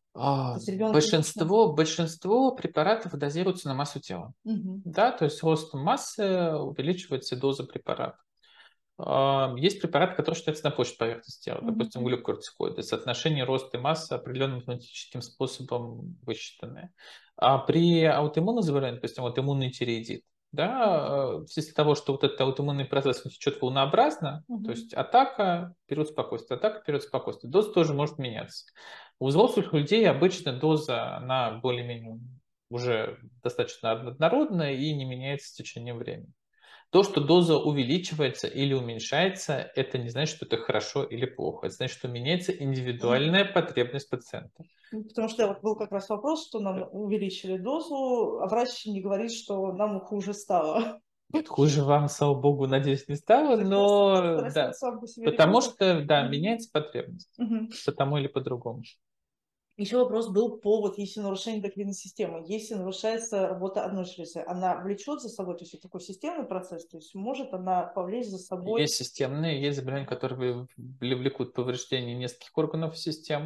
Большинство препаратов дозируются на массу тела. Да, то есть с ростом массы увеличивается доза препарата. Есть препараты, которые считаются на площадь поверхности тела, допустим, глюкокортикоиды. Соотношение роста и массы определенным математическим способом высчитаны. А при аутоиммунных заболеваниях, допустим, аутоиммунный тиреоидит, да, в связи того, что вот этот аутоиммунный процесс течет волнообразно, то есть атака, период спокойствия, атака, период спокойствия, доза тоже может меняться. У взрослых людей обычно доза, она более-менее уже достаточно однородная и не меняется с течением времени. То, что доза увеличивается или уменьшается, это не значит, что это хорошо или плохо. Это значит, что меняется индивидуальная потребность пациента. Потому что был как раз вопрос, что нам увеличили дозу, а врач не говорит, что нам хуже стало. Нет, хуже вам, слава богу, надеюсь, не стало, но да, потому что, да, меняется потребность по тому или по другому. Еще вопрос был по вот если нарушение эндокринной системы. Если нарушается работа одной железы, она влечет за собой, то есть это такой системный процесс, то есть может она повлечь за собой... Есть системные, есть заболевания, которые влекут повреждение нескольких органов систем.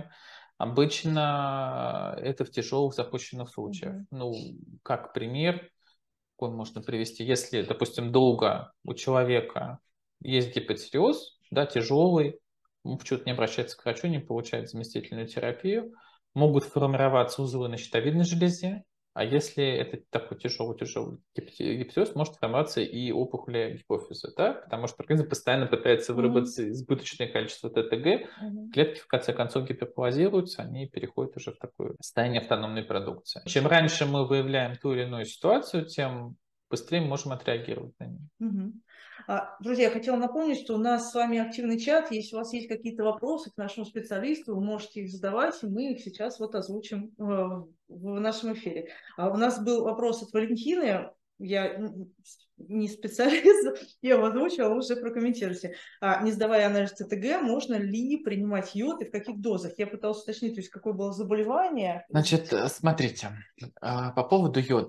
Обычно это в тяжелых запущенных случаях. Ну, как пример, какой можно привести. Если, допустим, долго у человека есть гипотиреоз, да, тяжелый, почему-то не обращается к врачу, не получает заместительную терапию, могут формироваться узлы на щитовидной железе, а если это такой тяжелый гипотиреоз, может формироваться и опухоли гипофиза, да? Потому что организм постоянно пытается выработать избыточное количество ТТГ, клетки в конце концов гиперплазируются, они переходят уже в такое состояние автономной продукции. Чем раньше мы выявляем ту или иную ситуацию, тем быстрее мы можем отреагировать на нее. Друзья, я хотела напомнить, что у нас с вами активный чат. Если у вас есть какие-то вопросы к нашему специалисту, вы можете их задавать, и мы их сейчас вот озвучим в нашем эфире. У нас был вопрос от Валентины. Я не специалист, я его озвучила, вы уже прокомментируйте. Не сдавая анализ ТТГ, можно ли принимать йод и в каких дозах? Я пыталась уточнить, то есть какое было заболевание. Значит, смотрите, по поводу йода.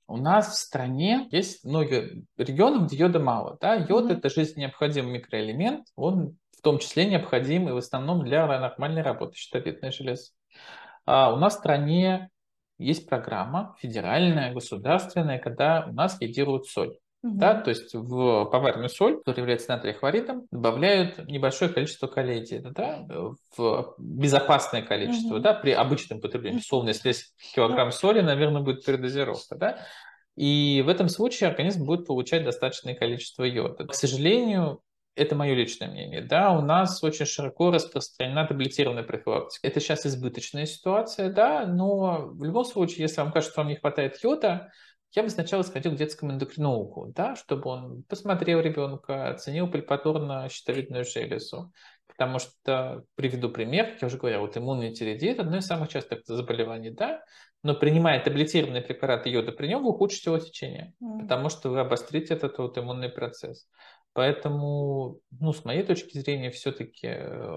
У нас в стране есть много регионов, где йода мало. Да? Йод это жизненно необходимый микроэлемент, он в том числе необходим и в основном для нормальной работы щитовидной железы. У нас в стране есть программа федеральная, государственная, когда у нас йодируют соль. Да, то есть в поваренную соль, которая является натриехлоридом, добавляют небольшое количество калия, да, в безопасное количество, да, при обычном потреблении. Условно, если есть килограмм соли, наверное, будет передозировка, да, и в этом случае организм будет получать достаточное количество йода. К сожалению, это мое личное мнение. Да, у нас очень широко распространена таблетированная профилактика. Это сейчас избыточная ситуация, да, но в любом случае, если вам кажется, что вам не хватает йода, я бы сначала сходил к детскому эндокринологу, да, чтобы он посмотрел ребенка, оценил пальпаторно-щитовидную железу. Потому что, приведу пример, как я уже говорил, вот иммунный тиреоидит – одно из самых частых заболеваний, да, но принимая таблетированные препараты йода при нем, вы ухудшите его течение, потому что вы обострите этот вот иммунный процесс. Поэтому, ну, с моей точки зрения, все-таки,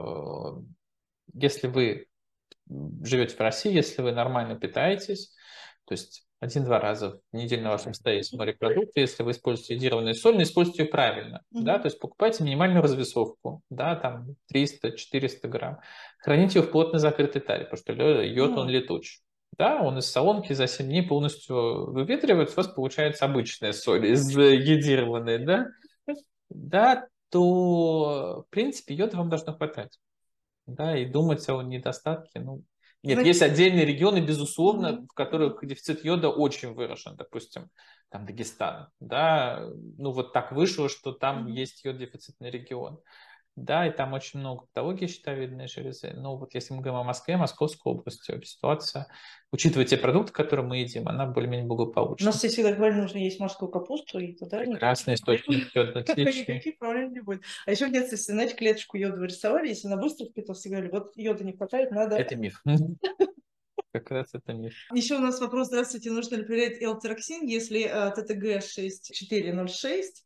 если вы живете в России, если вы нормально питаетесь, то есть 1-2 раза в неделю на вашем столе есть морепродукты, если вы используете йодированную соль, но используйте ее правильно, да, то есть покупайте минимальную развесовку, да, там 300-400 грамм, храните ее в плотно закрытой таре, потому что йод, он летучий. Да, он из солонки за 7 дней полностью выветривается, у вас получается обычная соль из йодированной, да, да, то, в принципе, йода вам должно хватать. Да, и думать о недостатке, ну, нет, есть отдельные регионы, безусловно, в которых дефицит йода очень выражен, допустим, там Дагестан, да, ну вот так вышло, что там есть йод-дефицитный регион. Да, и там очень много патологий щитовидной железы. Но вот если мы говорим о Москве, Московской области, ситуация, учитывая те продукты, которые мы едим, она более-менее У благополучна. нас всегда говорили, нужно есть морскую капусту, и тогда прекрасный источник йода, отличный. Никаких проблем не будет. А еще в детстве, знаете, клеточку йода вырисовали, если она быстро впитывалась, говорили, вот йода не хватает, надо... Это миф. Как раз это миф. Еще у нас вопрос, здравствуйте, нужно ли проверять L-тироксин, если ТТГ 6406,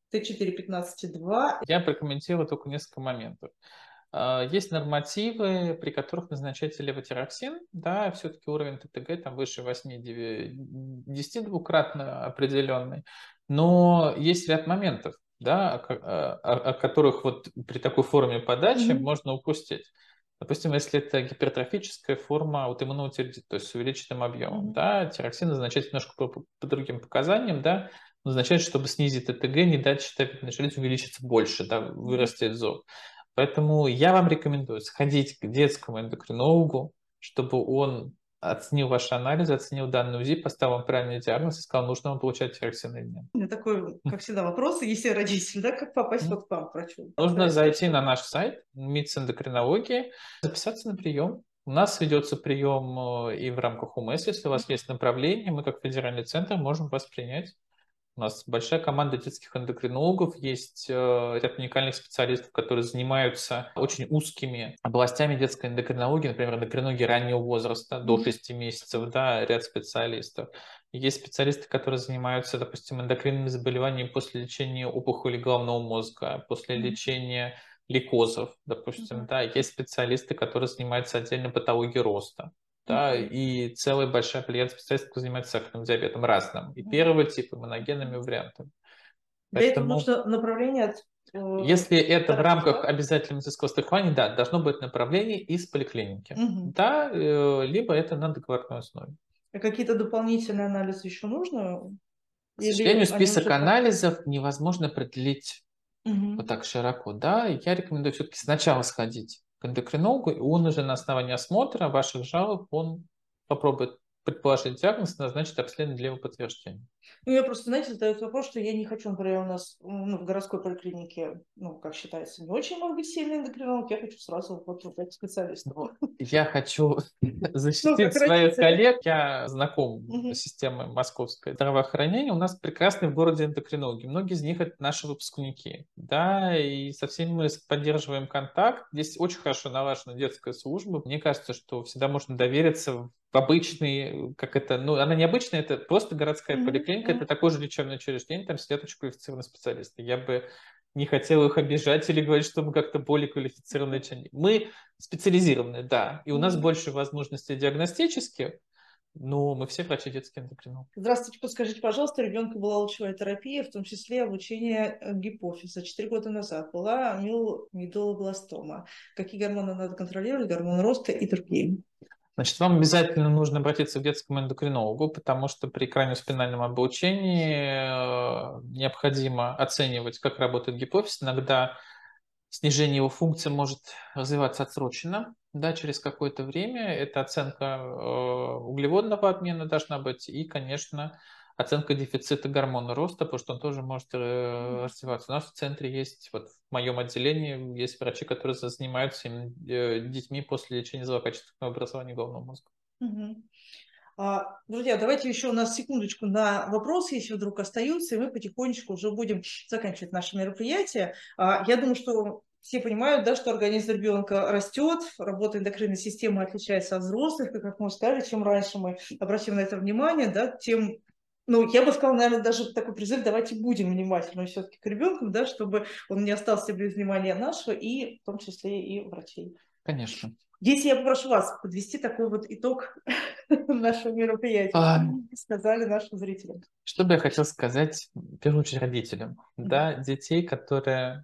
Т4-15,2? Я прокомментирую только несколько моментов. Есть нормативы, при которых назначается левотироксин, да, все-таки уровень ТТГ там выше 8-10 двукратно определенный, но есть ряд моментов, да, о которых вот при такой форме подачи можно упустить. Допустим, если это гипертрофическая форма аутоиммунного тиреоидита, то есть с увеличенным объемом, да, тироксин назначается немножко по другим показаниям, да, назначает, чтобы снизить ТТГ, не дать щитовидной железе увеличиться больше, да, вырастет зоб. Поэтому я вам рекомендую сходить к детскому эндокринологу, чтобы он оценил ваши анализы, оценил данный УЗИ, поставил вам правильный диагноз и сказал, нужно вам получать тироксин или нет. У меня такой, как всегда, вопрос, если родитель, да, как попасть вот к вам, к врачу? Нужно зайти на наш сайт МИЦ эндокринологии, записаться на прием. У нас ведется прием и в рамках УМС, если у вас есть направление, мы как федеральный центр можем вас принять. У нас большая команда детских эндокринологов, есть ряд уникальных специалистов, которые занимаются очень узкими областями детской эндокринологии, например, эндокринологии раннего возраста, до 6 месяцев, да, ряд специалистов. Есть специалисты, которые занимаются, допустим, эндокринными заболеваниями после лечения опухоли головного мозга, после лечения лейкозов, допустим, да. Есть специалисты, которые занимаются отдельно патологией роста. Да, и целая большая плеяда специалистов, кто занимается сахарным диабетом разным. И первого типа, моногенными вариантами. Для этого нужно направление от... Если это в рамках обязательного медицинского страхования, да, должно быть направление из поликлиники. Да, либо это на договорной основе. А какие-то дополнительные анализы еще нужно? К сожалению, список анализов невозможно определить вот так широко. Да, я рекомендую все-таки сначала сходить к эндокринологу, и он уже на основании осмотра ваших жалоб, он попробует предположить диагноз и назначит обследование для его подтверждения. Ну, я просто, знаете, задаю вопрос, что я не хочу, например, у нас в городской поликлинике, ну, как считается, не очень, может быть, сильный эндокринолог, я хочу сразу вот к специалисту. Я хочу защитить своих коллег. Я знаком с системой московской здравоохранения. У нас прекрасные в городе эндокринологи. Многие из них это наши выпускники. Да, и со всеми мы поддерживаем контакт. Здесь очень хорошо налажена детская служба. Мне кажется, что всегда можно довериться в обычный, как это, ну, она не обычная, это просто городская поликлиника, это такое же лечебное учреждение, там сидят очень квалифицированные специалисты. Я бы не хотел их обижать или говорить, что мы как-то более квалифицированные, чем мы специализированные, да, и у нас больше возможностей диагностических, Ну, мы все врачи детские эндокринологи. Здравствуйте, подскажите, пожалуйста, у ребенка была лучевая терапия, в том числе обучение гипофиза. 4 года назад была медулобластома. Какие гормоны надо контролировать, гормоны роста и другие? Значит, вам обязательно нужно обратиться к детскому эндокринологу, потому что при краниоспинальном облучении необходимо оценивать, как работает гипофиз. Иногда снижение его функции может развиваться отсроченно, да, через какое-то время. Это оценка углеводного обмена должна быть и, конечно, оценка дефицита гормона роста, потому что он тоже может развиваться. У нас в центре есть, вот в моем отделении, есть врачи, которые занимаются именно детьми после лечения злокачественного образования головного мозга. Угу. Друзья, давайте еще у нас секундочку на вопросы, если вдруг остаются, и мы потихонечку уже будем заканчивать наше мероприятие. Я думаю, что все понимают, да, что организм ребенка растет, работа эндокринной системы отличается от взрослых, и, как мы сказали, чем раньше мы обратим на это внимание, да, тем, ну, я бы сказала, наверное, даже такой призыв: давайте будем внимательны все-таки к ребенку, да, чтобы он не остался без внимания нашего, и в том числе и врачей. Конечно. Если я попрошу вас подвести такой вот итог нашего мероприятия, что вы сказали нашим зрителям? Что бы я хотел сказать, в первую очередь, родителям, да, детей, которые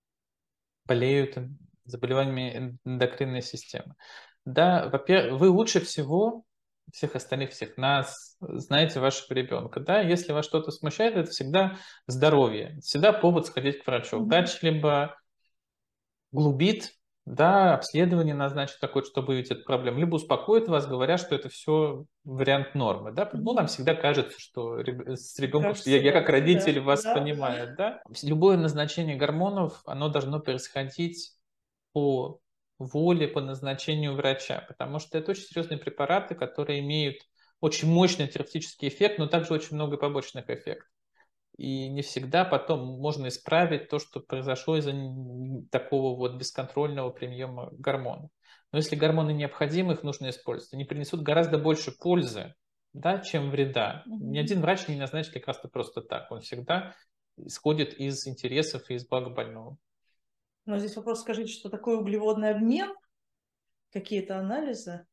болеют заболеваниями эндокринной системы. Да, во-первых, вы лучше всего всех остальных, всех нас, знаете вашего ребенка. Да? Если вас что-то смущает, это всегда здоровье, всегда повод сходить к врачу. Врач либо глубит, да, обследование назначит такое, чтобы выявить эту проблему, либо успокоит вас, говоря, что это все вариант нормы. Да? Ну, нам всегда кажется, что с ребенком, что я как родитель вас понимаю. Да? Любое назначение гормонов, оно должно происходить по воле, по назначению врача, потому что это очень серьезные препараты, которые имеют очень мощный терапевтический эффект, но также очень много побочных эффектов. И не всегда потом можно исправить то, что произошло из-за такого вот бесконтрольного приема гормонов. Но если гормоны необходимы, их нужно использовать. Они принесут гораздо больше пользы, да, чем вреда. Ни один врач не назначит лекарство просто так. Он всегда исходит из интересов и из блага больного. Но здесь вопрос: скажите, что такое углеводный обмен? Какие-то анализы?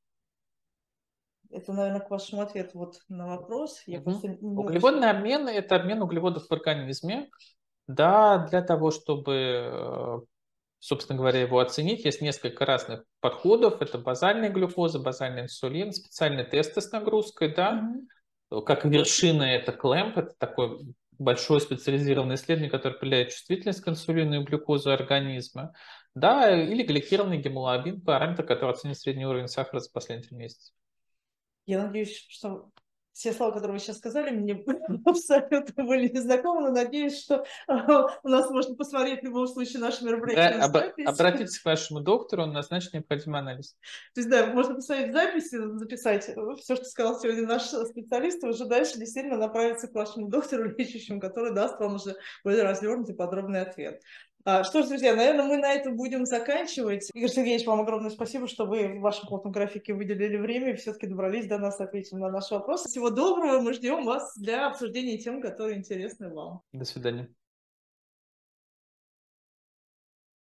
Это, наверное, к вашему ответу вот на вопрос. Углеводный обмен – это обмен углеводов в организме. Да, для того, чтобы, собственно говоря, его оценить, есть несколько разных подходов. Это базальная глюкоза, базальный инсулин, специальные тесты с нагрузкой. Да? Как вершина – это клэмп, это такой большое специализированное исследование, которое определяет чувствительность к инсулину и глюкозу организма. Да, или гликированный гемоглобин, параметр, который оценит средний уровень сахара за последние 3 месяца. Я надеюсь, что все слова, которые вы сейчас сказали, мне абсолютно были незнакомы, но надеюсь, что у нас можно посмотреть в любом случае наше мероприятие. Обратитесь к вашему доктору, он назначит необходимый анализ. То есть, да, можно посмотреть записи, записать все, что сказал сегодня наш специалист, и уже дальше действительно направиться к вашему доктору лечащему, который даст вам уже более развернутый подробный ответ. Что ж, друзья, наверное, мы на этом будем заканчивать. Игорь Сергеевич, вам огромное спасибо, что вы в вашем плотном графике выделили время и все-таки добрались до нас, ответили на наши вопросы. Всего доброго, мы ждем вас для обсуждения тем, которые интересны вам. До свидания.